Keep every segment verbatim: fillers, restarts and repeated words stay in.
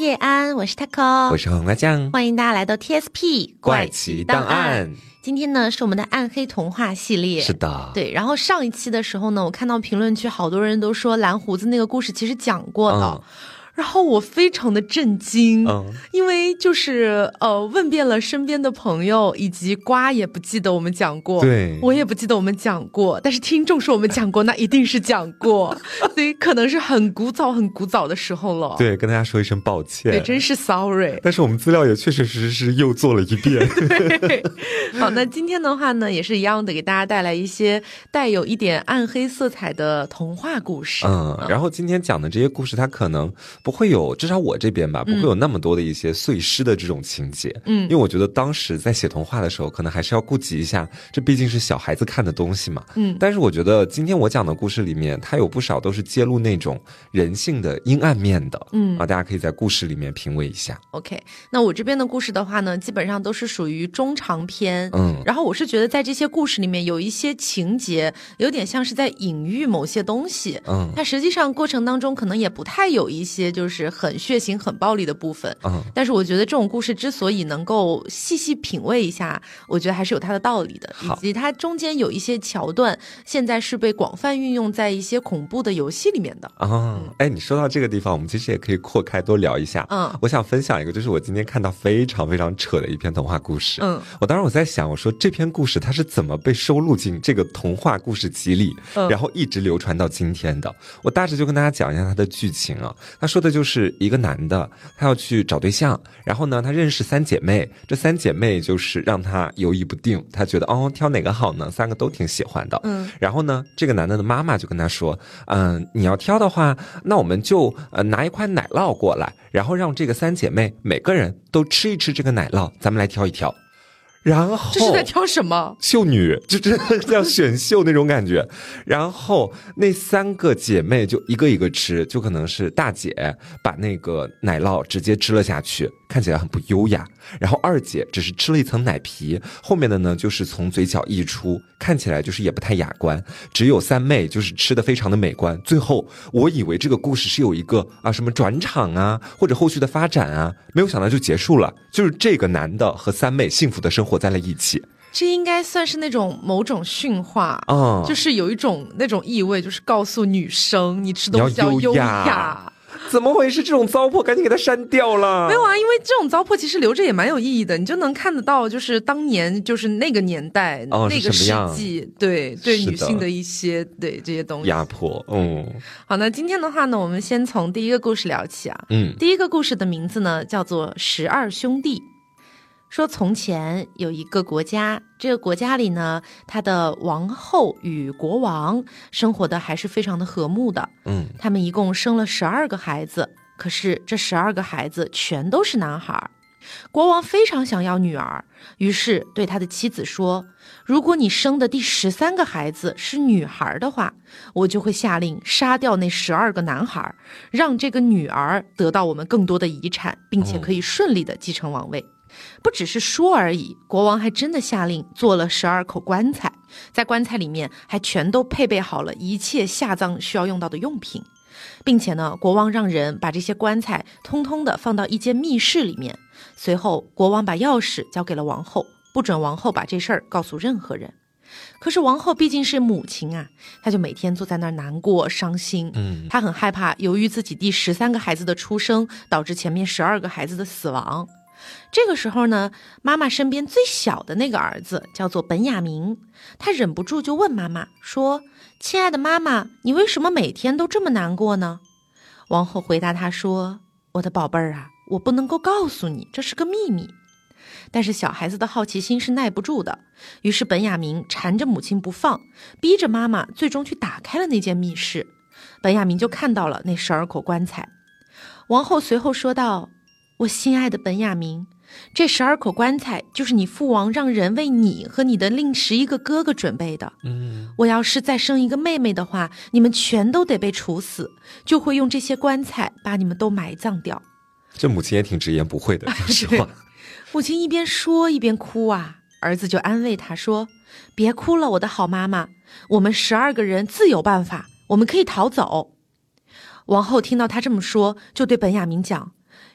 叶安，我是 Taco， 我是黄瓜酱， 欢迎大家来到 T S P 怪奇档案。 今天呢是我们的暗黑童话系列， 是的， 对。然后上一期的时候呢，我看到评论区好多人都说蓝胡子那个故事其实讲过的。嗯，然后我非常的震惊，嗯，因为就是呃问遍了身边的朋友，以及瓜也不记得我们讲过， 对， 我也不记得我们讲过，但是听众说我们讲过，那一定是讲过，所以可能是很古早很古早的时候了。 对，跟大家说一声抱歉， 对，真是 sorry。 但是我们资料也确确实实是又做了一遍。 对，好，那今天的话呢，也是一样的，给大家带来一些带有一点暗黑色彩的童话故事。 嗯，然后今天讲的这些故事，它可能不会有，至少我这边吧，不会有那么多的一些碎尸的这种情节。嗯，因为我觉得当时在写童话的时候，可能还是要顾及一下，这毕竟是小孩子看的东西嘛。嗯，但是我觉得今天我讲的故事里面，它有不少都是揭露那种人性的阴暗面的。嗯，啊，大家可以在故事里面品味一下。 OK， 那我这边的故事的话呢，基本上都是属于中长篇。嗯，然后我是觉得在这些故事里面有一些情节，有点像是在隐喻某些东西。嗯，它实际上过程当中可能也不太有一些就是很血腥很暴力的部分。嗯，但是我觉得这种故事之所以能够细细品味一下，我觉得还是有它的道理的，以及它中间有一些桥段现在是被广泛运用在一些恐怖的游戏里面的。 哦，哎，你说到这个地方，我们其实也可以扩开多聊一下。嗯，我想分享一个，就是我今天看到非常非常扯的一篇童话故事。嗯，我当时我在想，我说这篇故事它是怎么被收录进这个童话故事集里，嗯，然后一直流传到今天的。我大致就跟大家讲一下它的剧情啊。他说的就是一个男的，他要去找对象，然后呢，他认识三姐妹，这三姐妹就是让他犹豫不定，他觉得哦，挑哪个好呢？三个都挺喜欢的。嗯，然后呢，这个男的的妈妈就跟他说，嗯、呃，你要挑的话，那我们就呃拿一块奶酪过来，然后让这个三姐妹每个人都吃一吃这个奶酪，咱们来挑一挑。然后这是在挑什么？ 秀女，就真的像选秀那种感觉。然后那三个姐妹就一个一个吃，就可能是大姐把那个奶酪直接吃了下去，看起来很不优雅。然后二姐只是吃了一层奶皮，后面的呢就是从嘴角溢出，看起来就是也不太雅观。只有三妹就是吃得非常的美观。最后我以为这个故事是有一个啊什么转场啊，或者后续的发展啊，没有想到就结束了，就是这个男的和三妹幸福的生活在了一起。 这应该算是那种某种驯化，嗯，就是有一种那种意味，就是告诉女生你吃东西要优雅。 怎么回事？这种糟粕赶紧给它删掉了。 没有啊，因为这种糟粕其实留着也蛮有意义的，你就能看得到就是当年就是那个年代、哦、那个世纪，对对女性的一些对这些东西压迫。嗯， 好，那今天的话呢，我们先从第一个故事聊起啊。嗯，第一个故事的名字呢叫做十二兄弟。说从前有一个国家，这个国家里呢，他的王后与国王生活的还是非常的和睦的。嗯，他们一共生了十二个孩子，可是这十二个孩子全都是男孩。国王非常想要女儿，于是对他的妻子说，如果你生的第十三个孩子是女孩的话，我就会下令杀掉那十二个男孩，让这个女儿得到我们更多的遗产，并且可以顺利的继承王位。不只是说而已，国王还真的下令做了十二口棺材，在棺材里面还全都配备好了一切下葬需要用到的用品，并且呢，国王让人把这些棺材通通的放到一间密室里面，随后国王把钥匙交给了王后，不准王后把这事儿告诉任何人。可是王后毕竟是母亲啊，她就每天坐在那儿难过伤心。嗯，她很害怕由于自己第十三个孩子的出生导致前面十二个孩子的死亡。这个时候呢，妈妈身边最小的那个儿子叫做本雅明，他忍不住就问妈妈说，亲爱的妈妈，你为什么每天都这么难过呢？王后回答他说，我的宝贝儿啊，我不能够告诉你，这是个秘密。但是小孩子的好奇心是耐不住的，于是本雅明缠着母亲不放，逼着妈妈最终去打开了那间密室。本雅明就看到了那十二口棺材。王后随后说道，我心爱的本雅明，这十二口棺材就是你父王让人为你和你的另十一个哥哥准备的。嗯，我要是再生一个妹妹的话，你们全都得被处死，就会用这些棺材把你们都埋葬掉。 这母亲也挺直言不讳的，说实话。 母亲一边说一边哭啊，儿子就安慰她说，别哭了，我的好妈妈，我们十二个人自有办法，我们可以逃走。王后听到他这么说，就对本雅明讲，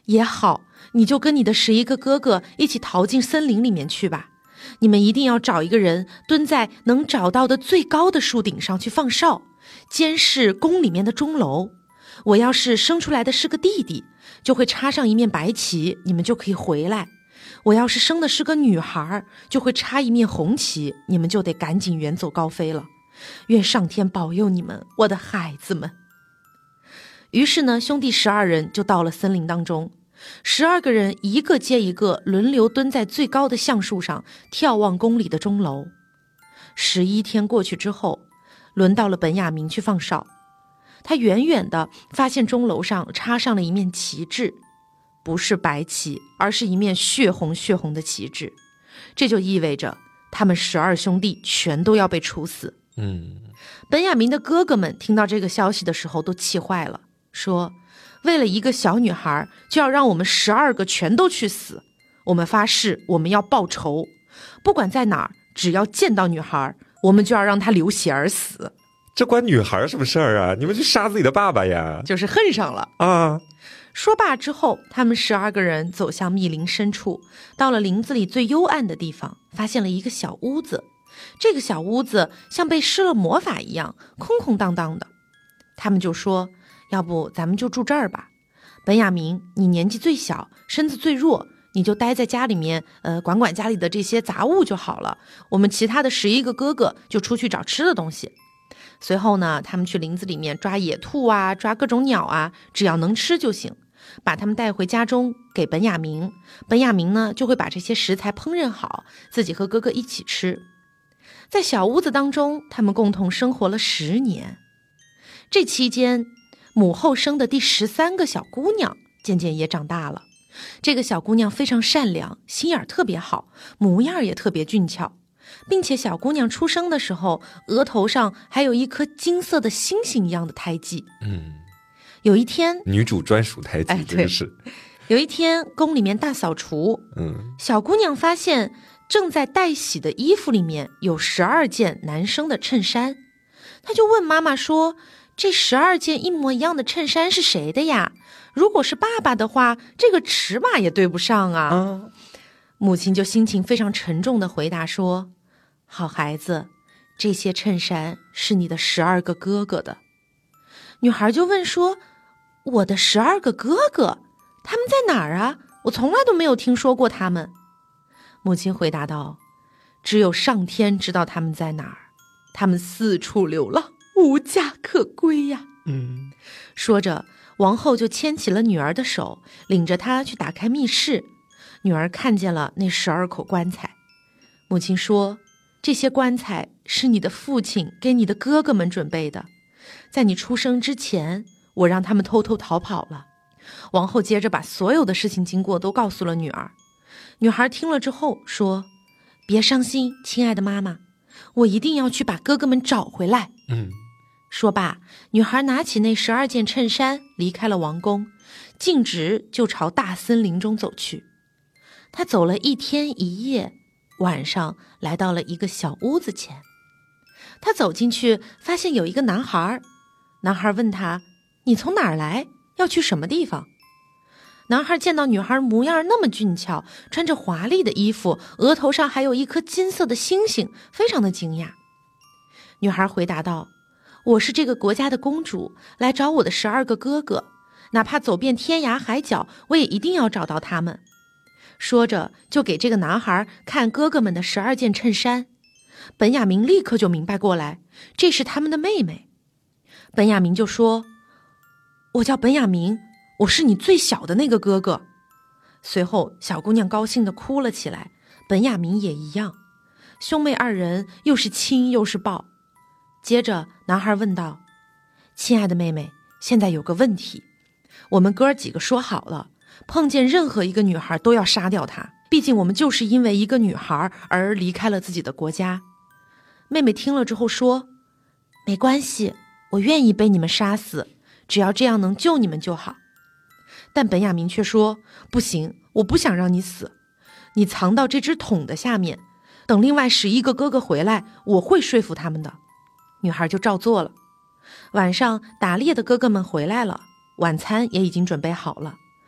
也好，你就跟你的十一个哥哥一起逃进森林里面去吧。你们一定要找一个人蹲在能找到的最高的树顶上去放哨，监视宫里面的钟楼。我要是生出来的是个弟弟，就会插上一面白旗，你们就可以回来。我要是生的是个女孩，就会插一面红旗，你们就得赶紧远走高飞了。愿上天保佑你们，我的孩子们。于是呢，兄弟十二人就到了森林当中，十二个人一个接一个轮流蹲在最高的橡树上，眺望宫里的钟楼。十一天过去之后，轮到了本雅明去放哨。他远远地发现钟楼上插上了一面旗帜，不是白旗，而是一面血红血红的旗帜。这就意味着他们十二兄弟全都要被处死。 嗯， 本雅明的哥哥们听到这个消息的时候都气坏了，说为了一个小女孩就要让我们十二个全都去死，我们发誓我们要报仇，不管在哪儿，只要见到女孩，我们就要让她流血而死。 这关女孩什么事儿啊？你们去杀自己的爸爸呀！ 就是恨上了啊！ 说罢之后，他们十二个人走向密林深处，到了林子里最幽暗的地方，发现了一个小屋子。这个小屋子像被施了魔法一样，空空荡荡的。他们就说，要不咱们就住这儿吧。本雅明，你年纪最小，身子最弱，你就待在家里面，呃，管管家里的这些杂物就好了。我们其他的十一个哥哥就出去找吃的东西。随后呢，他们去林子里面抓野兔啊，抓各种鸟啊，只要能吃就行。把他们带回家中给本雅明，本雅明呢就会把这些食材烹饪好，自己和哥哥一起吃。在小屋子当中，他们共同生活了十年。这期间，母后生的第十三个小姑娘渐渐也长大了。这个小姑娘非常善良，心眼特别好，模样也特别俊俏，并且小姑娘出生的时候，额头上还有一颗金色的星星一样的胎记。 嗯， 有一天， 女主专属胎记，真的是。 有一天，宫里面大扫除， 嗯， 小姑娘发现正在待洗的衣服里面有十二件男生的衬衫，她就问妈妈说：“这十二件一模一样的衬衫是谁的呀？如果是爸爸的话，这个尺码也对不上啊。 嗯” 母亲就心情非常沉重地回答说：“好孩子，这些衬衫是你的十二个哥哥的。”女孩就问说：“我的十二个哥哥，他们在哪儿啊？我从来都没有听说过他们。”母亲回答道：“只有上天知道他们在哪儿，他们四处流浪，无家可归呀。” 嗯， 说着，王后就牵起了女儿的手，领着她去打开密室。女儿看见了那十二口棺材。母亲说：“这些棺材是你的父亲给你的哥哥们准备的，在你出生之前，我让他们偷偷逃跑了。”王后接着把所有的事情经过都告诉了女儿。女孩听了之后说：“别伤心，亲爱的妈妈，我一定要去把哥哥们找回来。” 嗯， 说罢，女孩拿起那十二件衬衫，离开了王宫，径直就朝大森林中走去。她走了一天一夜，晚上来到了一个小屋子前。她走进去，发现有一个男孩。男孩问她：“你从哪儿来？要去什么地方？”男孩见到女孩模样那么俊俏，穿着华丽的衣服，额头上还有一颗金色的星星，非常的惊讶。女孩回答道：“我是这个国家的公主，来找我的十二个哥哥，哪怕走遍天涯海角，我也一定要找到他们。”说着就给这个男孩看哥哥们的十二件衬衫。本雅明立刻就明白过来，这是他们的妹妹。本雅明就说：“我叫本雅明，我是你最小的那个哥哥。”随后小姑娘高兴地哭了起来，本雅明也一样，兄妹二人又是亲又是抱。接着男孩问道：“亲爱的妹妹，现在有个问题，我们哥几个说好了，碰见任何一个女孩都要杀掉她，毕竟我们就是因为一个女孩而离开了自己的国家。”妹妹听了之后说：“没关系，我愿意被你们杀死，只要这样能救你们就好。”但本雅明却说：“不行，我不想让你死，你藏到这只桶的下面，等另外十一个哥哥回来，我会说服他们的。”女孩就照做了。晚上打猎的哥哥们回来了，晚餐也已经准备好了。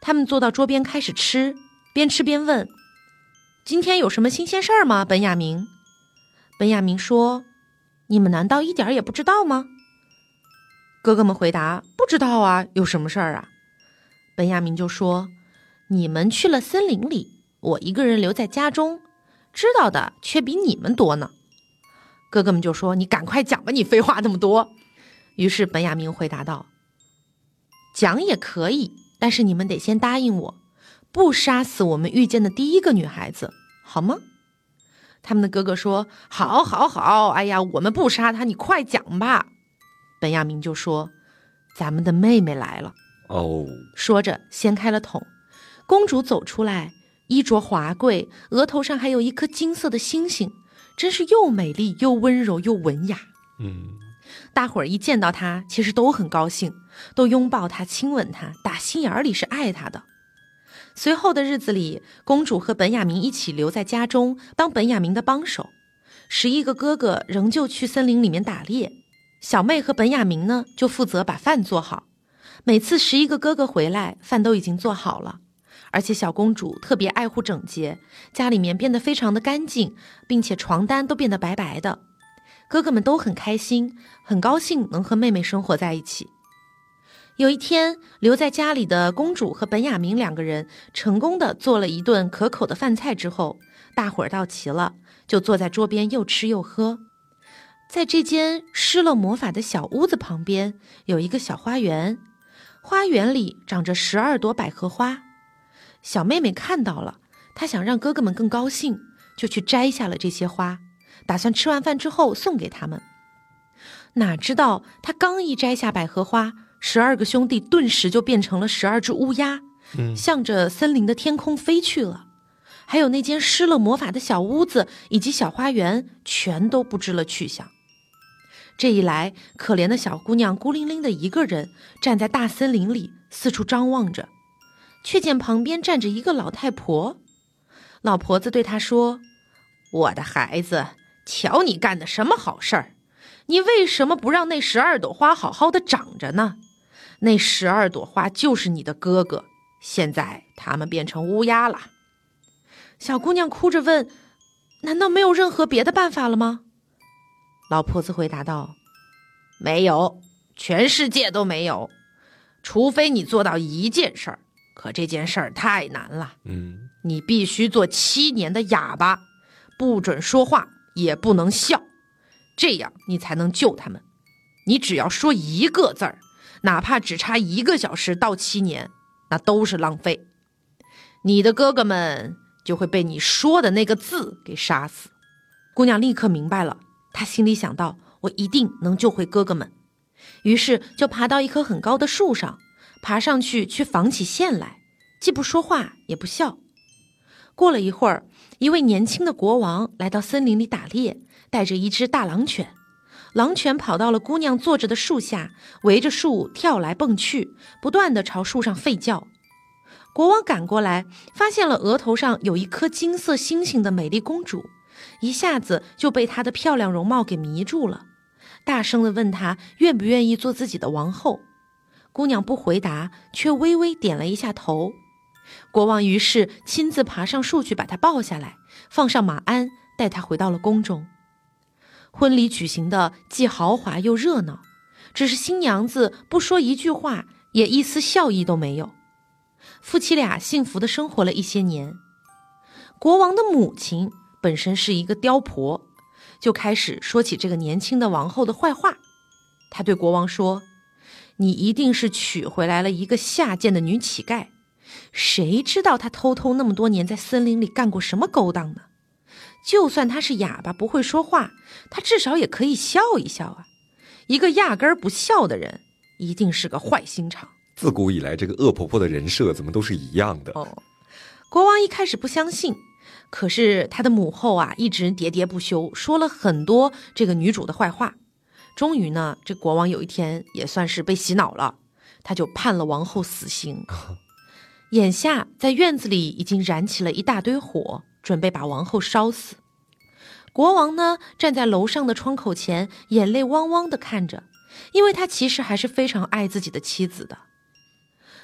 他们坐到桌边开始吃，边吃边问：今天有什么新鲜事儿吗，本雅明？本雅明说：你们难道一点也不知道吗？哥哥们回答：不知道啊，有什么事儿啊？本雅明就说：你们去了森林里，我一个人留在家中，知道的却比你们多呢。哥哥们就说：你赶快讲吧，你废话那么多。于是本雅明回答道：讲也可以，但是你们得先答应我，不杀死我们遇见的第一个女孩子，好吗？他们的哥哥说：好好好，哎呀，我们不杀她，你快讲吧。本雅明就说：咱们的妹妹来了。 哦， 说着掀开了桶，公主走出来，衣着华贵，额头上还有一颗金色的星星，真是又美丽又温柔又文雅。 嗯， 大伙儿一见到她其实都很高兴，都拥抱她亲吻她，打心眼里是爱她的。随后的日子里，公主和本雅明一起留在家中当本雅明的帮手，十一个哥哥仍旧去森林里面打猎，小妹和本雅明呢就负责把饭做好。每次十一个哥哥回来，饭都已经做好了，而且小公主特别爱护整洁，家里面变得非常的干净，并且床单都变得白白的。哥哥们都很开心，很高兴能和妹妹生活在一起。有一天，留在家里的公主和本雅明两个人成功的做了一顿可口的饭菜之后，大伙儿到齐了，就坐在桌边又吃又喝。在这间施了魔法的小屋子旁边，有一个小花园，花园里长着十二朵百合花。小妹妹看到了，她想让哥哥们更高兴，就去摘下了这些花，打算吃完饭之后送给他们。哪知道她刚一摘下百合花，十二个兄弟顿时就变成了十二只乌鸦，嗯，向着森林的天空飞去了。还有那间施了魔法的小屋子以及小花园，全都不知了去向。这一来，可怜的小姑娘孤零零的一个人站在大森林里，四处张望着，却见旁边站着一个老太婆。老婆子对她说：我的孩子，瞧你干的什么好事儿？你为什么不让那十二朵花好好的长着呢？那十二朵花就是你的哥哥，现在他们变成乌鸦了。小姑娘哭着问：难道没有任何别的办法了吗？老婆子回答道：没有，全世界都没有，除非你做到一件事儿，可这件事儿太难了。嗯，你必须做七年的哑巴，不准说话，也不能笑，这样你才能救他们。你只要说一个字儿，哪怕只差一个小时到七年，那都是浪费。你的哥哥们就会被你说的那个字给杀死。姑娘立刻明白了，她心里想到，我一定能救回哥哥们。于是就爬到一棵很高的树上，爬上去去纺起线来，既不说话也不笑。过了一会儿，一位年轻的国王来到森林里打猎，带着一只大狼犬。狼犬跑到了姑娘坐着的树下，围着树跳来蹦去，不断地朝树上吠叫。国王赶过来，发现了额头上有一颗金色星星的美丽公主，一下子就被她的漂亮容貌给迷住了，大声地问她愿不愿意做自己的王后。姑娘不回答，却微微点了一下头。国王于是亲自爬上树去把她抱下来，放上马鞍，带她回到了宫中。婚礼举行的既豪华又热闹，只是新娘子不说一句话，也一丝笑意都没有。夫妻俩幸福地生活了一些年。国王的母亲本身是一个刁婆，就开始说起这个年轻的王后的坏话。她对国王说：你一定是娶回来了一个下贱的女乞丐，谁知道她偷偷那么多年在森林里干过什么勾当呢？就算她是哑巴不会说话，她至少也可以笑一笑啊！一个压根儿不笑的人，一定是个坏心肠。 自古以来，这个恶婆婆的人设怎么都是一样的？ 哦，国王一开始不相信，可是他的母后啊，一直喋喋不休，说了很多这个女主的坏话。终于呢，这国王有一天也算是被洗脑了，他就判了王后死刑。眼下在院子里已经燃起了一大堆火，准备把王后烧死。国王呢，站在楼上的窗口前，眼泪汪汪地看着，因为他其实还是非常爱自己的妻子的。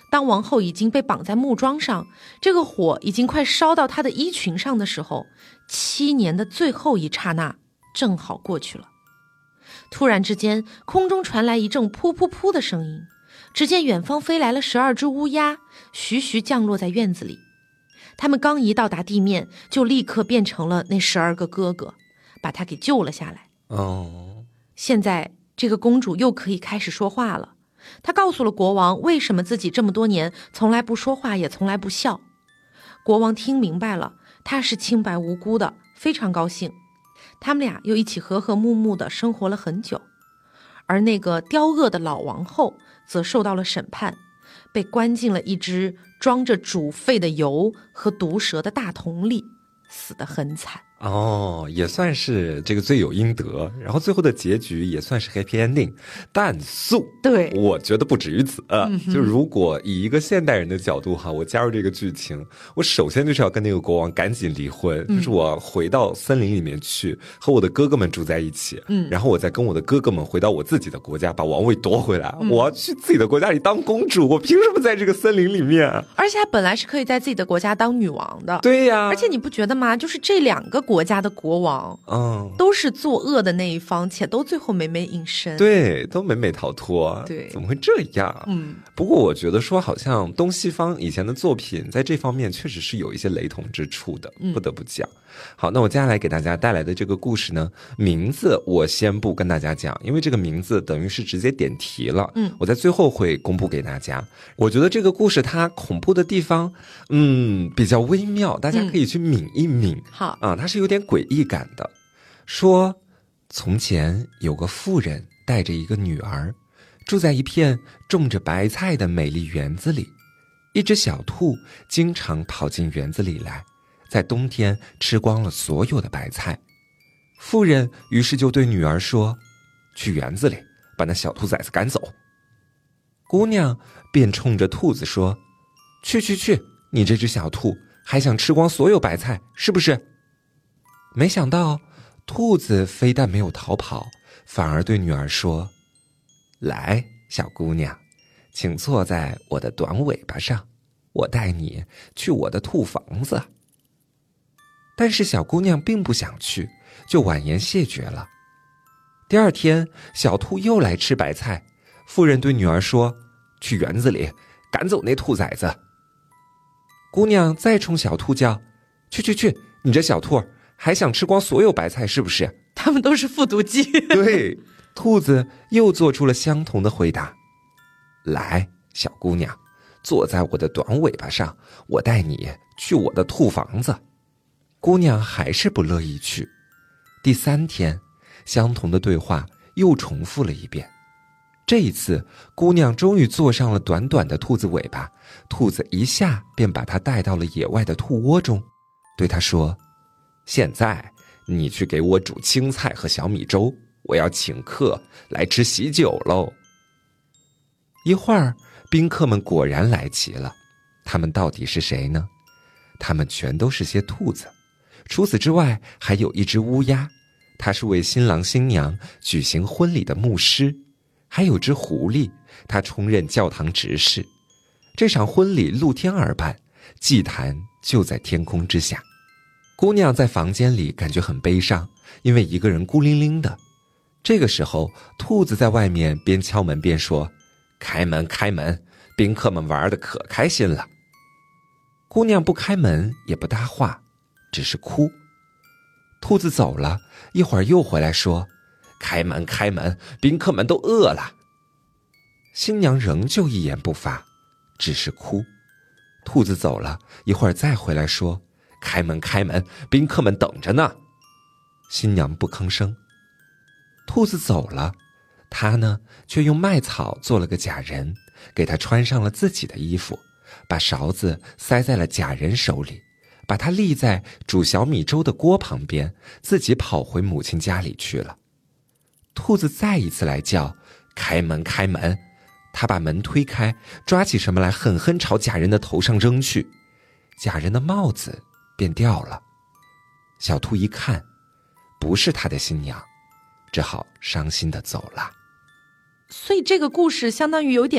当王后已经被绑在木桩上，这个火已经快烧到她的衣裙上的时候，七年的最后一刹那正好过去了。突然之间，空中传来一阵噗噗噗的声音，只见远方飞来了十二只乌鸦，徐徐降落在院子里。他们刚一到达地面，就立刻变成了那十二个哥哥，把他给救了下来。 哦， 现在这个公主又可以开始说话了。她告诉了国王为什么自己这么多年从来不说话，也从来不笑。国王听明白了，她是清白无辜的，非常高兴。他们俩又一起和和睦睦地生活了很久。而那个刁恶的老王后则受到了审判，被关进了一只装着煮沸的油和毒蛇的大桶里，死得很惨。 哦，也算是这个罪有应得，然后最后的结局也算是 happy ending， 但素对， 我觉得不止于此、嗯、就如果以一个现代人的角度哈，我加入这个剧情，我首先就是要跟那个国王赶紧离婚、嗯、就是我回到森林里面去和我的哥哥们住在一起，嗯，然后我再跟我的哥哥们回到我自己的国家，把王位夺回来、嗯、我要去自己的国家里当公主，我凭什么在这个森林里面？ 而且她本来是可以在自己的国家当女王的。 对呀， 而且你不觉得吗？就是这两个国家的国王，嗯，都是作恶的那一方，且都最后美美隐身， 对，都美美逃脱， 对， 怎么会这样？嗯，不过我觉得说，好像东西方以前的作品在这方面确实是有一些雷同之处的，不得不讲。嗯、好，那我接下来给大家带来的这个故事呢，名字我先不跟大家讲，因为这个名字等于是直接点题了，嗯，我在最后会公布给大家。我觉得这个故事它恐怖的地方，嗯，比较微妙，大家可以去抿一抿。嗯、 好啊，它是有点诡异感的。说，从前有个妇人带着一个女儿，住在一片种着白菜的美丽园子里。一只小兔经常跑进园子里来，在冬天吃光了所有的白菜。妇人于是就对女儿说：“去园子里把那小兔崽子赶走。”姑娘便冲着兔子说：“去去去，你这只小兔还想吃光所有白菜，是不是？”没想到兔子非但没有逃跑，反而对女儿说：“来，小姑娘，请坐在我的短尾巴上，我带你去我的兔房子。”但是小姑娘并不想去，就婉言谢绝了。第二天，小兔又来吃白菜，妇人对女儿说：“去园子里赶走那兔崽子。”姑娘再冲小兔叫：“去去去，你这小兔还想吃光所有白菜，是不是？” 他们都是复读机。 对，兔子又做出了相同的回答：“来，小姑娘，坐在我的短尾巴上，我带你去我的兔房子。”姑娘还是不乐意去。第三天，相同的对话又重复了一遍。这一次，姑娘终于坐上了短短的兔子尾巴，兔子一下便把她带到了野外的兔窝中，对她说：“现在你去给我煮青菜和小米粥，我要请客来吃喜酒喽。”一会儿，宾客们果然来齐了。他们到底是谁呢？他们全都是些兔子。除此之外，还有一只乌鸦，它是为新郎新娘举行婚礼的牧师；还有只狐狸，它充任教堂执事。这场婚礼露天而办，祭坛就在天空之下。姑娘在房间里感觉很悲伤，因为一个人孤零零的。这个时候，兔子在外面边敲门边说：“开门，开门，宾客们玩得可开心了。”姑娘不开门，也不搭话，只是哭。兔子走了一会儿，又回来说：“开门，开门，宾客们都饿了。”新娘仍旧一言不发，只是哭。兔子走了一会儿，再回来说：“开门，开门，宾客们等着呢。”新娘不吭声。兔子走了，她呢，却用麦草做了个假人，给她穿上了自己的衣服，把勺子塞在了假人手里，把他立在煮小米粥的锅旁边，自己跑回母亲家里去了。兔子再一次来叫：“开门，开门！”他把门推开，抓起什么来狠狠朝假人的头上扔去，假人的帽子便掉了。小兔一看，不是他的新娘，只好伤心地走了。 所以这个故事相当于有点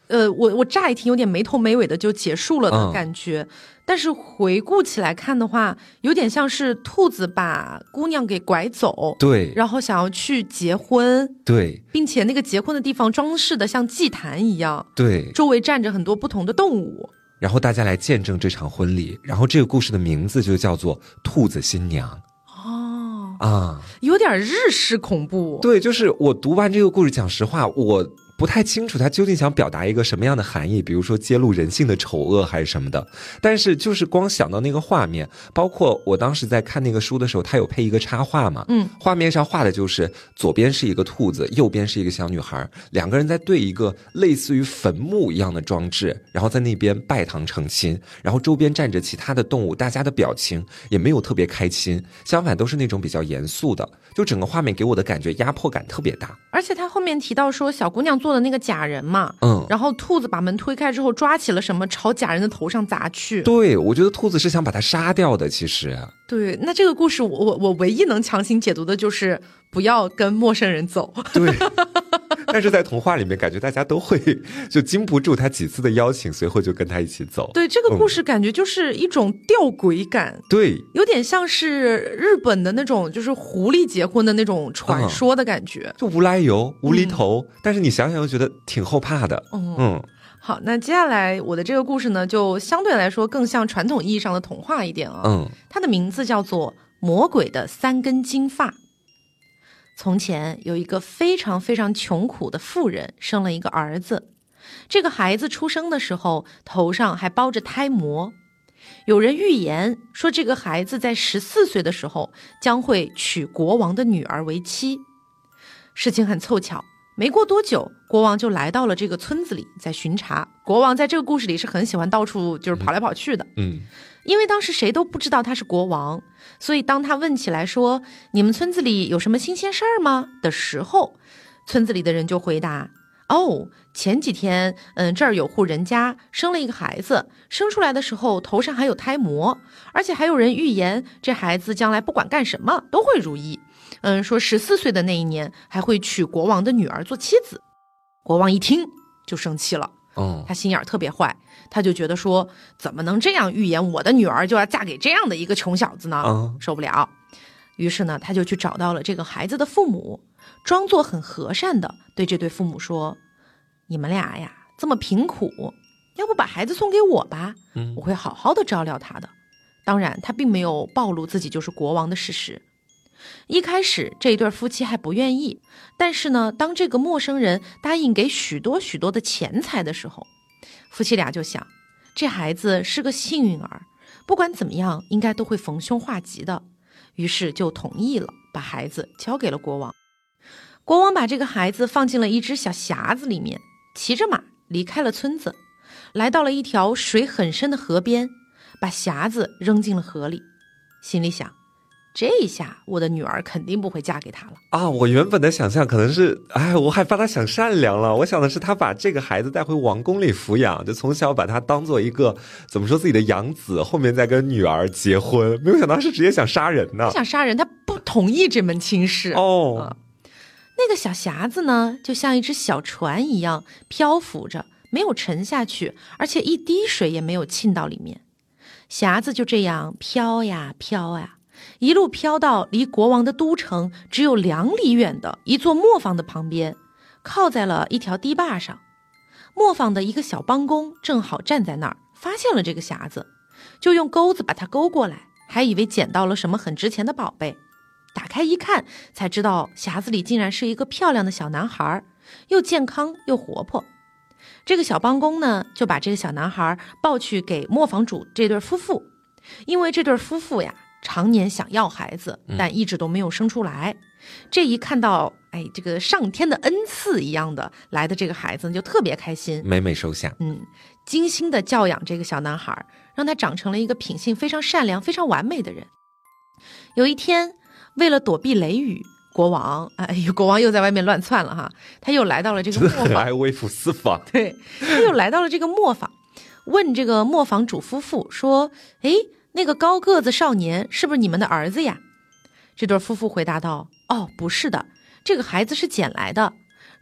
呃，我我乍一听有点没头没尾的就结束了的感觉、嗯、但是回顾起来看的话，有点像是兔子把姑娘给拐走， 对， 然后想要去结婚， 对， 并且那个结婚的地方装饰的像祭坛一样， 对， 周围站着很多不同的动物， 然后大家来见证这场婚礼。然后这个故事的名字就叫做兔子新娘。 哦啊， 有点日式恐怖。 对，就是我读完这个故事，讲实话我不太清楚他究竟想表达一个什么样的含义，比如说揭露人性的丑恶还是什么的，但是就是光想到那个画面，包括我当时在看那个书的时候，他有配一个插画嘛，嗯，画面上画的就是左边是一个兔子，右边是一个小女孩，两个人在对一个类似于坟墓一样的装置，然后在那边拜堂成亲，然后周边站着其他的动物，大家的表情也没有特别开心，相反都是那种比较严肃的，就整个画面给我的感觉压迫感特别大。 而且他后面提到说小姑娘做的那个假人嘛， 嗯， 然后兔子把门推开之后抓起了什么朝假人的头上砸去。 对，我觉得兔子是想把它杀掉的。其实对，那这个故事我我我唯一能强行解读的就是不要跟陌生人走。 对但是在童话里面感觉大家都会就经不住他几次的邀请，随后就跟他一起走。 对，这个故事感觉就是一种吊诡感、嗯、 对， 有点像是日本的那种就是狐狸结婚的那种传说的感觉、 嗯、就无来由无厘头、嗯、但是你想想又觉得挺后怕的。嗯嗯， 好，那接下来我的这个故事呢就相对来说更像传统意义上的童话一点啊。嗯，它的名字叫做魔鬼的三根金发。从前有一个非常非常穷苦的妇人，生了一个儿子。这个孩子出生的时候头上还包着胎膜，有人预言说这个孩子在十四岁的时候将会娶国王的女儿为妻。事情很凑巧，没过多久国王就来到了这个村子里在巡查。国王在这个故事里是很喜欢到处就是跑来跑去的。嗯，因为当时谁都不知道他是国王，所以当他问起来说你们村子里有什么新鲜事儿吗的时候，村子里的人就回答，哦，前几天嗯，这儿有户人家生了一个孩子，生出来的时候头上还有胎膜，而且还有人预言这孩子将来不管干什么都会如意。嗯，说十四岁的那一年还会娶国王的女儿做妻子。国王一听就生气了，哦，他心眼特别坏，他就觉得说怎么能这样预言我的女儿就要嫁给这样的一个穷小子呢、哦、受不了。于是呢他就去找到了这个孩子的父母，装作很和善的对这对父母说，你们俩呀这么贫苦，要不把孩子送给我吧，我会好好的照料他的。当然他并没有暴露自己就是国王的事实。一开始这一对夫妻还不愿意，但是呢当这个陌生人答应给许多许多的钱财的时候，夫妻俩就想这孩子是个幸运儿，不管怎么样应该都会逢凶化吉的，于是就同意了，把孩子交给了国王。国王把这个孩子放进了一只小匣子里面，骑着马离开了村子，来到了一条水很深的河边，把匣子扔进了河里，心里想这一下我的女儿肯定不会嫁给他了啊！我原本的想象可能是，哎，我还把他想善良了。我想的是他把这个孩子带回王宫里抚养，就从小把他当做一个怎么说自己的养子，后面再跟女儿结婚。没有想到是直接想杀人呢。 想杀人，他不同意这门亲事哦、 呃。那个小匣子呢，就像一只小船一样漂浮着，没有沉下去，而且一滴水也没有浸到里面。匣子就这样飘呀飘呀。一路飘到离国王的都城只有两里远的一座磨坊的旁边，靠在了一条堤坝上。磨坊的一个小帮工正好站在那儿，发现了这个匣子，就用钩子把它勾过来，还以为捡到了什么很值钱的宝贝。打开一看，才知道匣子里竟然是一个漂亮的小男孩，又健康又活泼。这个小帮工呢，就把这个小男孩抱去给磨坊主这对夫妇，因为这对夫妇呀常年想要孩子，但一直都没有生出来、嗯、这一看到哎，这个上天的恩赐一样的来的这个孩子就特别开心， 美美收下。 嗯，精心的教养这个小男孩，让他长成了一个品性非常善良非常完美的人。有一天为了躲避雷雨，国王哎呦，国王又在外面乱窜了哈，他又来到了这个磨坊， 很爱微服私访。 对，他又来到了这个磨坊，问这个磨坊主夫妇说，哎，那个高个子少年是不是你们的儿子呀？这对夫妇回答道，哦，不是的，这个孩子是捡来的，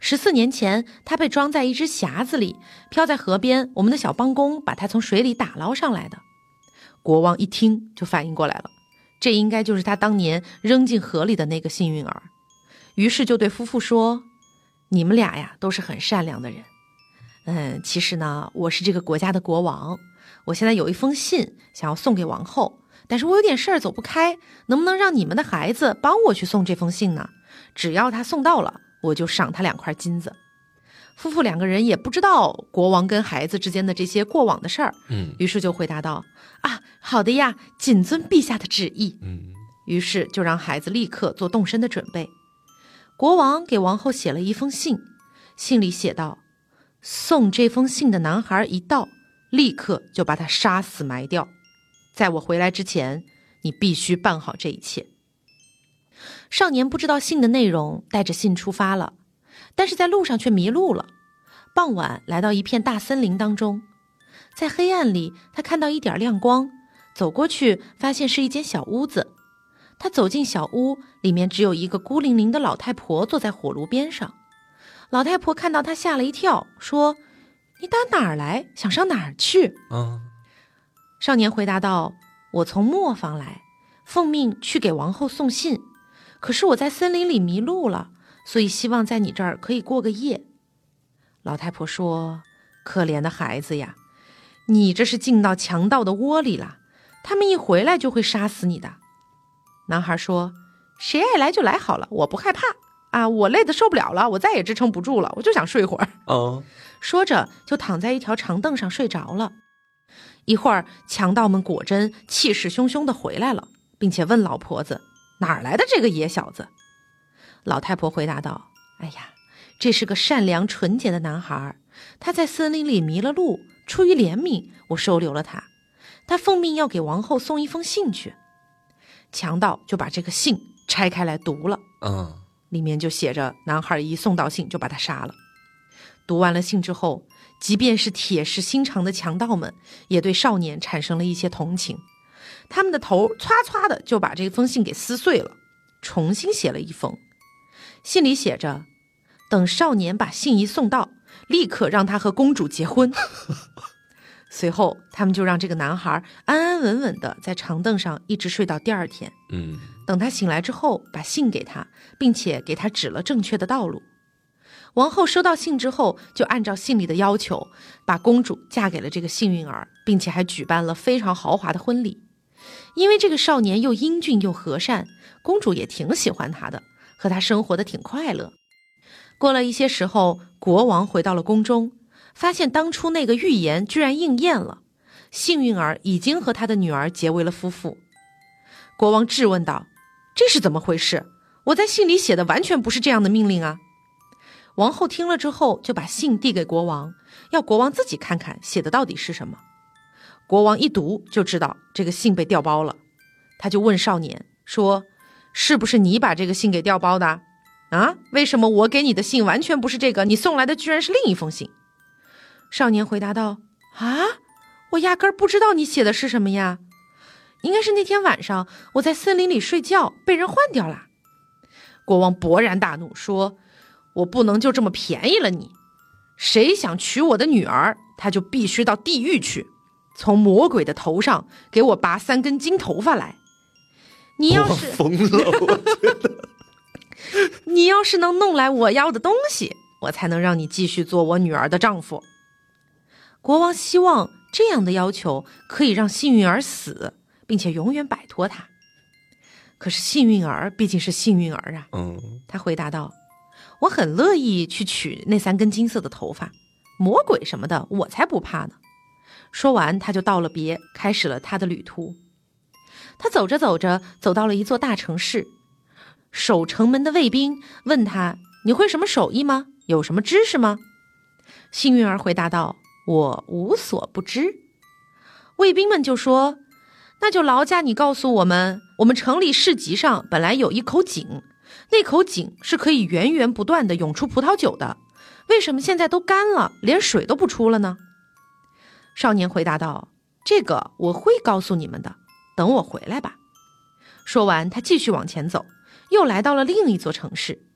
十四年前，他被装在一只匣子里，漂在河边，我们的小帮工把他从水里打捞上来的。国王一听就反应过来了，这应该就是他当年扔进河里的那个幸运儿。于是就对夫妇说，你们俩呀都是很善良的人。嗯，其实呢，我是这个国家的国王，我现在有一封信想要送给王后，但是我有点事儿走不开，能不能让你们的孩子帮我去送这封信呢？只要他送到了，我就赏他两块金子。夫妇两个人也不知道国王跟孩子之间的这些过往的事儿，嗯，于是就回答道，啊，好的呀，谨遵陛下的旨意。嗯，于是就让孩子立刻做动身的准备。国王给王后写了一封信，信里写道，送这封信的男孩一到，立刻就把他杀死埋掉。在我回来之前，你必须办好这一切。少年不知道信的内容，带着信出发了，但是在路上却迷路了。傍晚来到一片大森林当中，在黑暗里他看到一点亮光，走过去发现是一间小屋子。他走进小屋，里面只有一个孤零零的老太婆坐在火炉边上。老太婆看到他吓了一跳，说，你打哪儿来，想上哪儿去？嗯，少年回答道，我从磨坊来，奉命去给王后送信，可是我在森林里迷路了，所以希望在你这儿可以过个夜。老太婆说，可怜的孩子呀，你这是进到强盗的窝里了，他们一回来就会杀死你的。男孩说，谁爱来就来好了，我不害怕啊，我累得受不了了，我再也支撑不住了，我就想睡会儿。哦，说着就躺在一条长凳上睡着了。一会儿强盗们果真气势汹汹地回来了，并且问老婆子，哪儿来的这个野小子？老太婆回答道，哎呀，这是个善良纯洁的男孩，他在森林里迷了路，出于怜悯，我收留了他。他奉命要给王后送一封信去。强盗就把这个信拆开来读了，嗯，里面就写着男孩一送到信就把他杀了。读完了信之后，即便是铁石心肠的强盗们也对少年产生了一些同情，他们的头歘歘的就把这封信给撕碎了，重新写了一封。信里写着，等少年把信一送到，立刻让他和公主结婚。随后他们就让这个男孩安安稳稳的在长凳上一直睡到第二天。嗯，等他醒来之后，把信给他，并且给他指了正确的道路。王后收到信之后，就按照信里的要求，把公主嫁给了这个幸运儿，并且还举办了非常豪华的婚礼。因为这个少年又英俊又和善，公主也挺喜欢他的，和他生活得挺快乐。过了一些时候，国王回到了宫中，发现当初那个预言居然应验了，幸运儿已经和他的女儿结为了夫妇。国王质问道，这是怎么回事？我在信里写的完全不是这样的命令啊。王后听了之后，就把信递给国王，要国王自己看看写的到底是什么。国王一读就知道这个信被调包了，他就问少年说，是不是你把这个信给调包的啊？为什么我给你的信完全不是这个，你送来的居然是另一封信？少年回答道，啊，我压根儿不知道你写的是什么呀，应该是那天晚上我在森林里睡觉被人换掉了。国王勃然大怒，说，我不能就这么便宜了你，谁想娶我的女儿，他就必须到地狱去，从魔鬼的头上给我拔三根金头发来。你要是疯了，我觉得你要是能弄来我要的东西，我才能让你继续做我女儿的丈夫。国王希望这样的要求可以让幸运儿死，并且永远摆脱他。可是幸运儿毕竟是幸运儿啊，嗯，他回答道，我很乐意去取那三根金色的头发，魔鬼什么的我才不怕呢。说完他就道了别，开始了他的旅途。他走着走着，走到了一座大城市，守城门的卫兵问他，你会什么手艺吗？有什么知识吗？幸运儿回答道，我无所不知。卫兵们就说，那就劳驾你告诉我们，我们城里市集上本来有一口井，那口井是可以源源不断的涌出葡萄酒的，为什么现在都干了，连水都不出了呢？少年回答道，这个我会告诉你们的，等我回来吧。说完他继续往前走，又来到了另一座城市，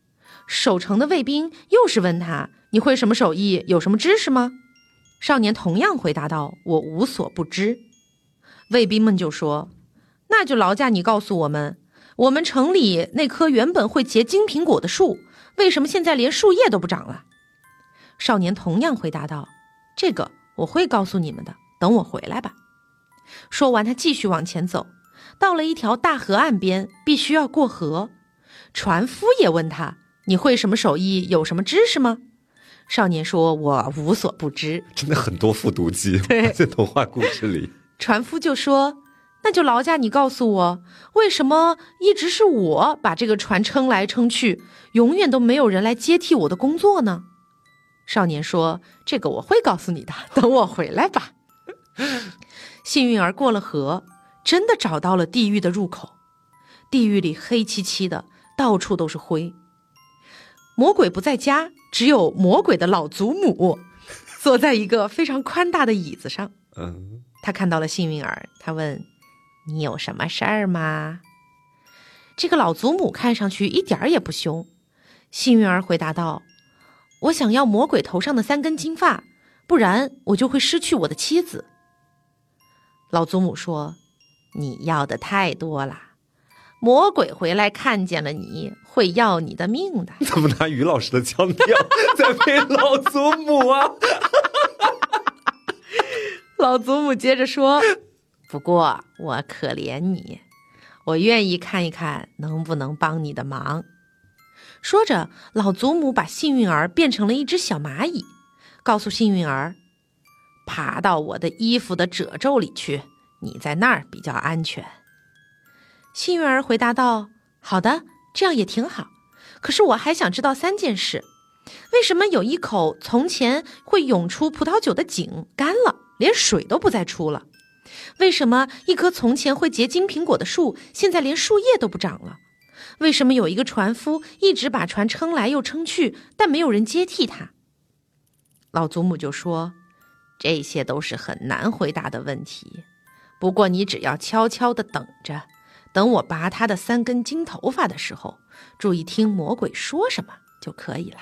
守城的卫兵又是问他，你会什么手艺，有什么知识吗？少年同样回答道，我无所不知。卫兵们就说，那就劳驾你告诉我们，我们城里那棵原本会结金苹果的树，为什么现在连树叶都不长了？少年同样回答道，这个我会告诉你们的，等我回来吧。说完他继续往前走，到了一条大河岸边，必须要过河。船夫也问他，你会什么手艺，有什么知识吗？少年说，我无所不知。 真的很多复读机在童话故事里。 船夫就说，那就劳驾你告诉我，为什么一直是我把这个船撑来撑去，永远都没有人来接替我的工作呢？少年说，这个我会告诉你的，等我回来吧。幸运儿过了河，真的找到了地狱的入口。地狱里黑漆漆的，到处都是灰。魔鬼不在家，只有魔鬼的老祖母坐在一个非常宽大的椅子上。嗯，他看到了幸运儿，他问，你有什么事儿吗？这个老祖母看上去一点儿也不凶。幸运儿回答道，我想要魔鬼头上的三根金发，不然我就会失去我的妻子。老祖母说，你要的太多了，魔鬼回来看见了你，会要你的命的。 怎么拿于老师的腔调在配老祖母啊？ 老祖母接着说，不过我可怜你，我愿意看一看能不能帮你的忙。说着，老祖母把幸运儿变成了一只小蚂蚁，告诉幸运儿，爬到我的衣服的褶皱里去，你在那儿比较安全。幸运儿回答道，好的，这样也挺好，可是我还想知道三件事。为什么有一口从前会涌出葡萄酒的井干了，连水都不再出了？为什么一棵从前会结金苹果的树，现在连树叶都不长了？为什么有一个船夫一直把船撑来又撑去，但没有人接替他？老祖母就说，这些都是很难回答的问题，不过你只要悄悄地等着，等我拔他的三根金头发的时候，注意听魔鬼说什么就可以了。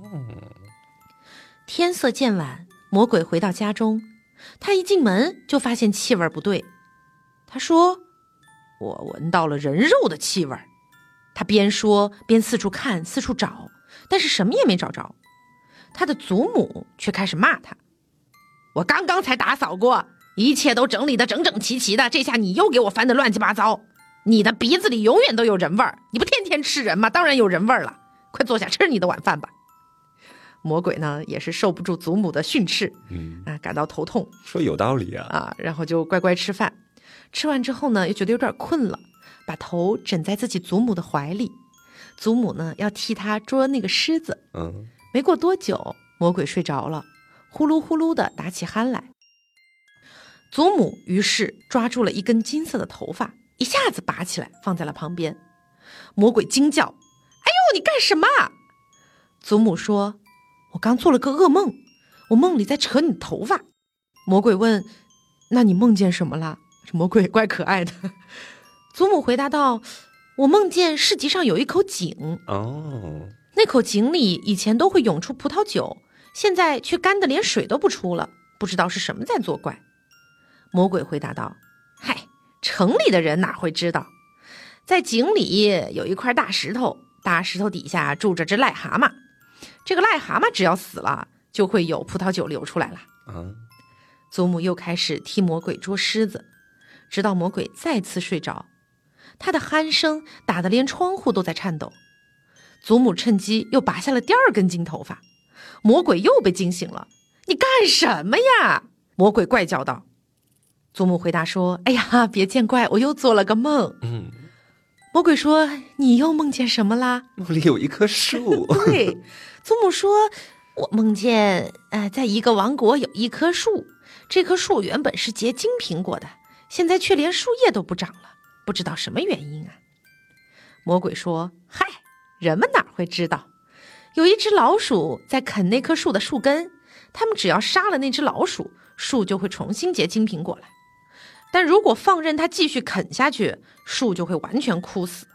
天色渐晚，魔鬼回到家中，他一进门就发现气味不对。他说，我闻到了人肉的气味。他边说边四处看，四处找，但是什么也没找着。他的祖母却开始骂他，我刚刚才打扫过，一切都整理得整整齐齐的，这下你又给我翻得乱七八糟。你的鼻子里永远都有人味儿，你不天天吃人吗？当然有人味儿了，快坐下吃你的晚饭吧。魔鬼呢也是受不住祖母的训斥，嗯啊，感到头痛， 说有道理啊啊，然后就乖乖吃饭。吃完之后呢，又觉得有点困了，把头枕在自己祖母的怀里。祖母呢要替他捉那个狮子。嗯，没过多久，魔鬼睡着了，呼噜呼噜的打起鼾来。祖母于是抓住了一根金色的头发，一下子拔起来放在了旁边。魔鬼惊叫，哎呦，你干什么？祖母说，我刚做了个噩梦，我梦里在扯你的头发。魔鬼问，那你梦见什么了？这魔鬼怪可爱的。祖母回答道，我梦见市集上有一口井。哦，那口井里以前都会涌出葡萄酒，现在却干得连水都不出了，不知道是什么在作怪。魔鬼回答道，嗨，城里的人哪会知道？在井里有一块大石头，大石头底下住着只癞蛤蟆，这个癞蛤蟆只要死了，就会有葡萄酒流出来了。嗯，祖母又开始替魔鬼捉狮子，直到魔鬼再次睡着，他的鼾声打得连窗户都在颤抖。祖母趁机又拔下了第二根金头发，魔鬼又被惊醒了。你干什么呀？魔鬼怪叫道。祖母回答说，哎呀，别见怪，我又做了个梦。嗯，魔鬼说，你又梦见什么啦？ 梦里有一棵树。 对，祖母说，我梦见呃，在一个王国有一棵树，这棵树原本是结金苹果的，现在却连树叶都不长了，不知道什么原因啊。魔鬼说，嗨，人们哪会知道？有一只老鼠在啃那棵树的树根，他们只要杀了那只老鼠，树就会重新结金苹果来。但如果放任它继续啃下去，树就会完全枯死。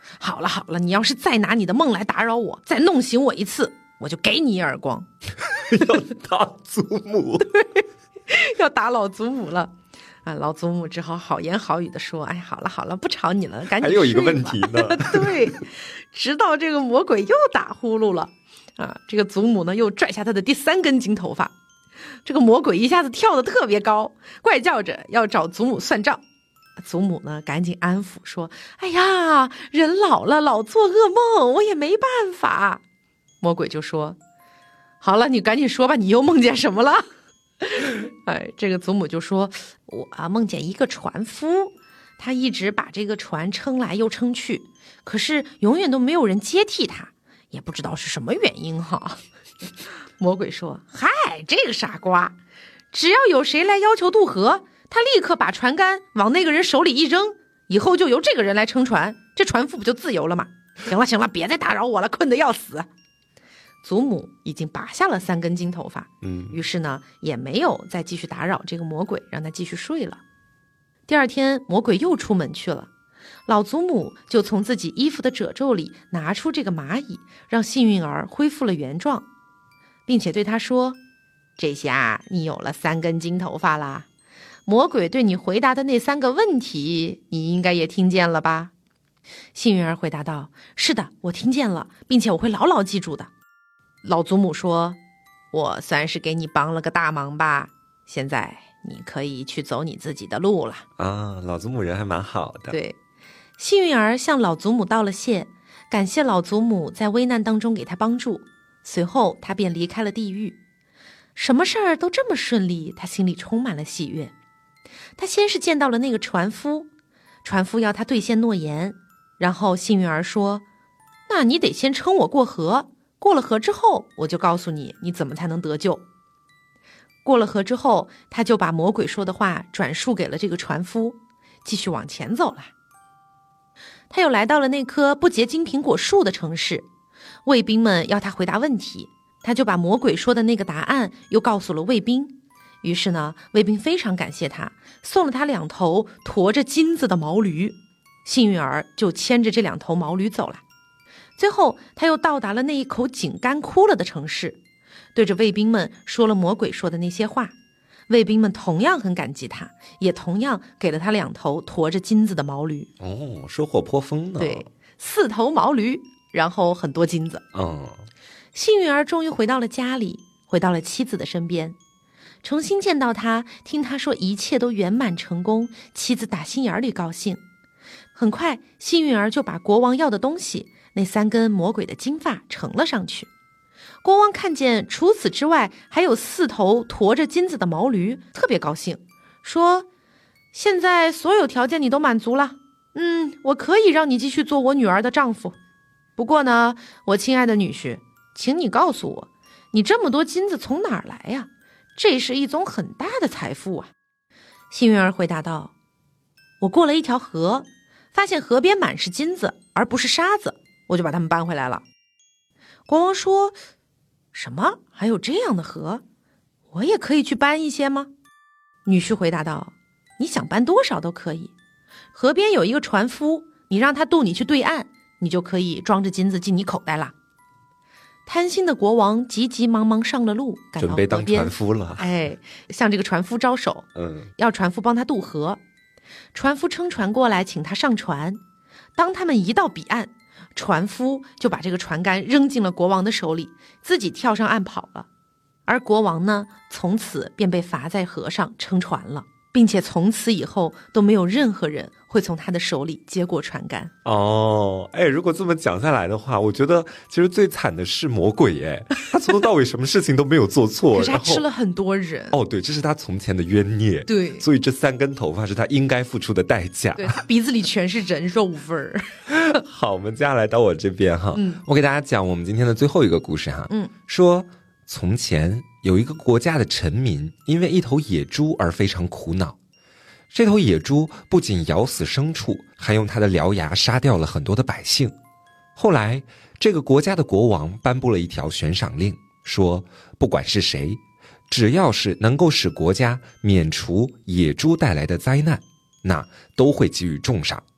好了好了，你要是再拿你的梦来打扰我，再弄醒我一次，我就给你一耳光。 要打祖母。 对，要打老祖母了啊！老祖母只好好言好语的说：“哎，好了好了，不吵你了，赶紧睡吧。”还有一个问题呢。 对，直到这个魔鬼又打呼噜了啊！这个祖母呢又拽下他的第三根金头发，这个魔鬼一下子跳得特别高，怪叫着要找祖母算账。祖母呢赶紧安抚说：“哎呀，人老了老做噩梦，我也没办法。”魔鬼就说：“好了，你赶紧说吧，你又梦见什么了？”哎，这个祖母就说：“我啊梦见一个船夫，他一直把这个船撑来又撑去，可是永远都没有人接替他，也不知道是什么原因哈。”魔鬼说：“嗨，这个傻瓜，只要有谁来要求渡河，他立刻把船杆往那个人手里一扔，以后就由这个人来撑船，这船夫不就自由了吗？行了行了，别再打扰我了，困得要死。”祖母已经拔下了三根金头发，嗯，于是呢也没有再继续打扰这个魔鬼，让他继续睡了。第二天，魔鬼又出门去了，老祖母就从自己衣服的褶皱里拿出这个蚂蚁，让幸运儿恢复了原状，并且对他说：“这下你有了三根金头发啦，魔鬼对你回答的那三个问题，你应该也听见了吧？”幸运儿回答道：“是的，我听见了，并且我会牢牢记住的。”老祖母说：“我算是给你帮了个大忙吧，现在你可以去走你自己的路了。” 啊，老祖母人还蛮好的。 对，幸运儿向老祖母道了谢，感谢老祖母在危难当中给他帮助，随后他便离开了地狱。什么事儿都这么顺利，他心里充满了喜悦。他先是见到了那个船夫，船夫要他兑现诺言，然后幸运儿说：“那你得先撑我过河，过了河之后，我就告诉你你怎么才能得救。”过了河之后，他就把魔鬼说的话转述给了这个船夫，继续往前走了。他又来到了那棵不结金苹果树的城市，卫兵们要他回答问题，他就把魔鬼说的那个答案又告诉了卫兵。于是呢，卫兵非常感谢他，送了他两头驮着金子的毛驴，幸运儿就牵着这两头毛驴走了。最后他又到达了那一口井干枯了的城市，对着卫兵们说了魔鬼说的那些话。卫兵们同样很感激他，也同样给了他两头驮着金子的毛驴。 哦，收获颇丰呢。 对，四头毛驴，然后很多金子。 嗯， 幸运儿终于回到了家里，回到了妻子的身边，重新见到他，听他说一切都圆满成功，妻子打心眼里高兴。很快，幸运儿就把国王要的东西，那三根魔鬼的金发呈了上去。国王看见除此之外还有四头驮着金子的毛驴，特别高兴，说：“现在所有条件你都满足了，嗯，我可以让你继续做我女儿的丈夫。不过呢，我亲爱的女婿，请你告诉我，你这么多金子从哪儿来呀？这是一宗很大的财富啊。”幸运儿回答道：“我过了一条河，发现河边满是金子，而不是沙子，我就把它们搬回来了。”国王说：“什么？还有这样的河？我也可以去搬一些吗？”女婿回答道：“你想搬多少都可以。河边有一个船夫，你让他渡你去对岸，你就可以装着金子进你口袋了。”贪心的国王急急忙忙上了路，赶到河边， 准备当船夫了。 哎，向这个船夫招手， 嗯， 要船夫帮他渡河。船夫撑船过来，请他上船。当他们一到彼岸，船夫就把这个船杆扔进了国王的手里，自己跳上岸跑了。而国王呢，从此便被罚在河上撑船了，并且从此以后都没有任何人会从他的手里接过船杆。 哦，哎，如果这么讲下来的话，我觉得其实最惨的是魔鬼，哎，他从头到尾什么事情都没有做错， 可是他吃了很多人。 哦，对，这是他从前的冤孽。 对， 所以这三根头发是他应该付出的代价。 对，鼻子里全是人肉味儿。 好，我们接下来到我这边哈， 嗯， 我给大家讲我们今天的最后一个故事哈， 嗯， 说从前有一个国家的臣民，因为一头野猪而非常苦恼。这头野猪不仅咬死牲畜，还用它的獠牙杀掉了很多的百姓。后来，这个国家的国王颁布了一条悬赏令，说不管是谁，只要是能够使国家免除野猪带来的灾难，那都会给予重赏。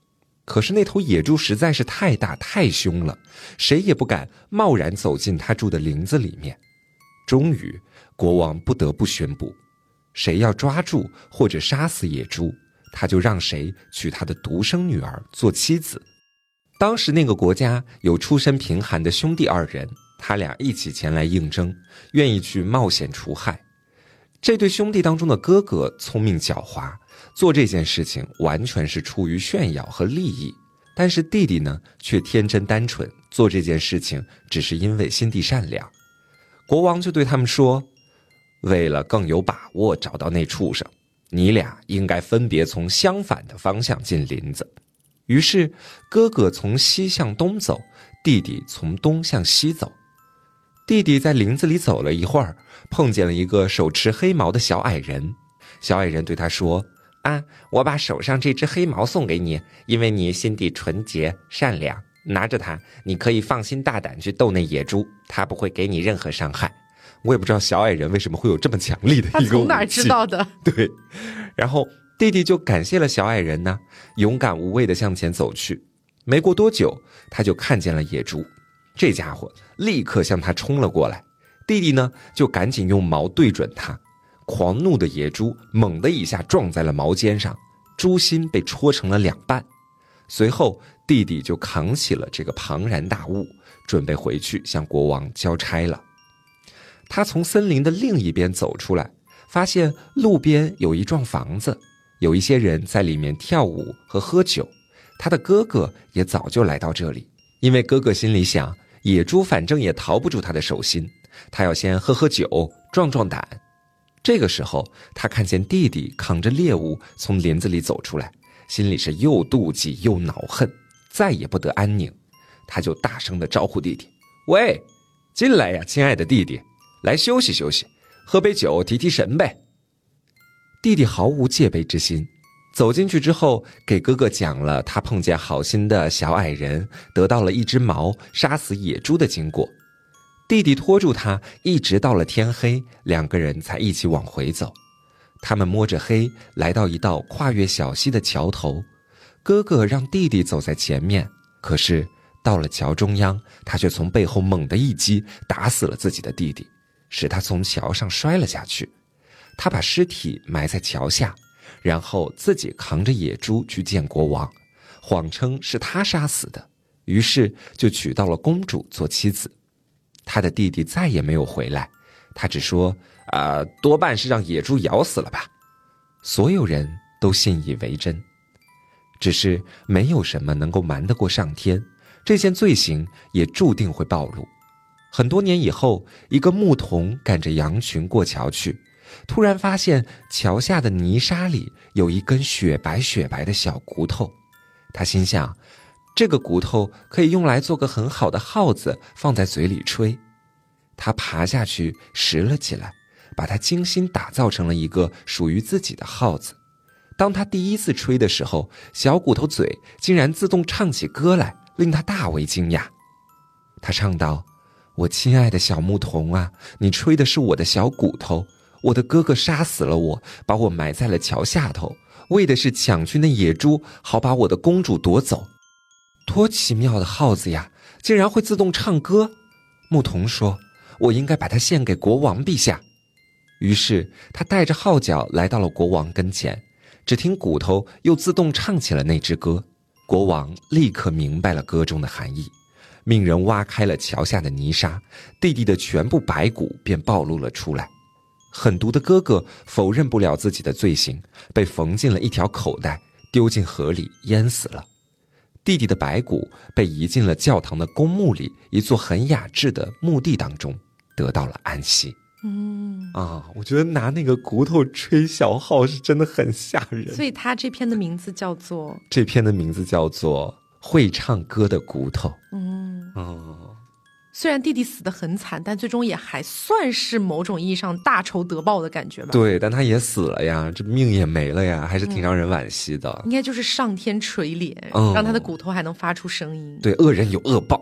可是那头野猪实在是太大太凶了，谁也不敢贸然走进他住的林子里面。终于国王不得不宣布，谁要抓住或者杀死野猪，他就让谁娶他的独生女儿做妻子。当时那个国家有出身贫寒的兄弟二人，他俩一起前来应征，愿意去冒险除害。这对兄弟当中的哥哥聪明狡猾，做这件事情完全是出于炫耀和利益，但是弟弟呢却天真单纯，做这件事情只是因为心地善良。国王就对他们说，为了更有把握找到那畜生，你俩应该分别从相反的方向进林子。于是哥哥从西向东走，弟弟从东向西走。弟弟在林子里走了一会儿，碰见了一个手持黑毛的小矮人。小矮人对他说，啊，我把手上这只黑毛送给你，因为你心地纯洁善良，拿着它，你可以放心大胆去斗那野猪，它不会给你任何伤害。我也不知道小矮人为什么会有这么强力的一个武器， 他从哪儿知道的？ 对，然后弟弟就感谢了小矮人呢，勇敢无畏地向前走去。没过多久，他就看见了野猪，这家伙立刻向他冲了过来。弟弟呢，就赶紧用矛对准他。狂怒的野猪猛地一下撞在了矛尖上，猪心被戳成了两半。随后弟弟就扛起了这个庞然大物，准备回去向国王交差了。他从森林的另一边走出来，发现路边有一幢房子，有一些人在里面跳舞和喝酒。他的哥哥也早就来到这里，因为哥哥心里想，野猪反正也逃不住他的手心，他要先喝喝酒壮壮胆。这个时候他看见弟弟扛着猎物从林子里走出来，心里是又妒忌又恼恨，再也不得安宁。他就大声地招呼弟弟，喂，进来呀，亲爱的弟弟，来休息休息，喝杯酒提提神呗。弟弟毫无戒备之心，走进去之后给哥哥讲了他碰见好心的小矮人，得到了一只矛杀死野猪的经过。弟弟拖住他，一直到了天黑，两个人才一起往回走。他们摸着黑来到一道跨越小溪的桥头，哥哥让弟弟走在前面，可是到了桥中央，他却从背后猛地一击打死了自己的弟弟，使他从桥上摔了下去。他把尸体埋在桥下，然后自己扛着野猪去见国王，谎称是他杀死的，于是就娶到了公主做妻子。他的弟弟再也没有回来，他只说啊、呃，多半是让野猪咬死了吧。所有人都信以为真，只是没有什么能够瞒得过上天，这件罪行也注定会暴露。很多年以后，一个牧童赶着羊群过桥去，突然发现桥下的泥沙里有一根雪白雪白的小骨头。他心想，这个骨头可以用来做个很好的号子，放在嘴里吹。他爬下去拾了起来，把它精心打造成了一个属于自己的号子。当他第一次吹的时候，小骨头嘴竟然自动唱起歌来，令他大为惊讶。他唱道，我亲爱的小牧童啊，你吹的是我的小骨头，我的哥哥杀死了我，把我埋在了桥下头，为的是抢去那野猪，好把我的公主夺走。多奇妙的号子呀，竟然会自动唱歌。牧童说，我应该把它献给国王陛下。于是他带着号角来到了国王跟前，只听骨头又自动唱起了那支歌。国王立刻明白了歌中的含义，命人挖开了桥下的泥沙，弟弟的全部白骨便暴露了出来。狠毒的哥哥否认不了自己的罪行，被缝进了一条口袋，丢进河里淹死了。弟弟的白骨被移进了教堂的公墓里一座很雅致的墓地当中，得到了安息。嗯啊，我觉得拿那个骨头吹小号是真的很吓人。 所以他这篇的名字叫做这篇的名字叫做会唱歌的骨头。 嗯哦，虽然弟弟死得很惨，但最终也还算是某种意义上大仇得报的感觉吧。 对，但他也死了呀，这命也没了呀，还是挺让人惋惜的。 嗯、应该就是上天垂怜、嗯，让他的骨头还能发出声音。 对，恶人有恶报，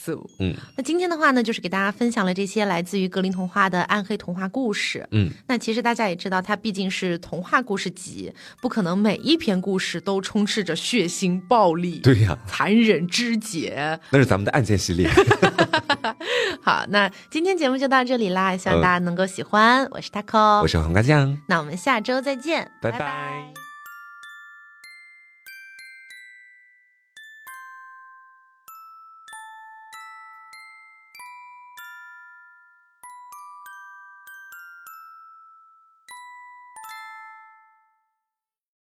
素。嗯，那今天的话呢，就是给大家分享了这些来自于格林童话的暗黑童话故事。嗯，那其实大家也知道，它毕竟是童话故事集，不可能每一篇故事都充斥着血腥、暴力， 对呀、 啊，残忍肢解。 那是咱们的案件系列。 好，那今天节目就到这里啦，希望大家能够喜欢。嗯、我是 Taco， 我是黄瓜酱， 那我们下周再见， 拜拜。 拜拜。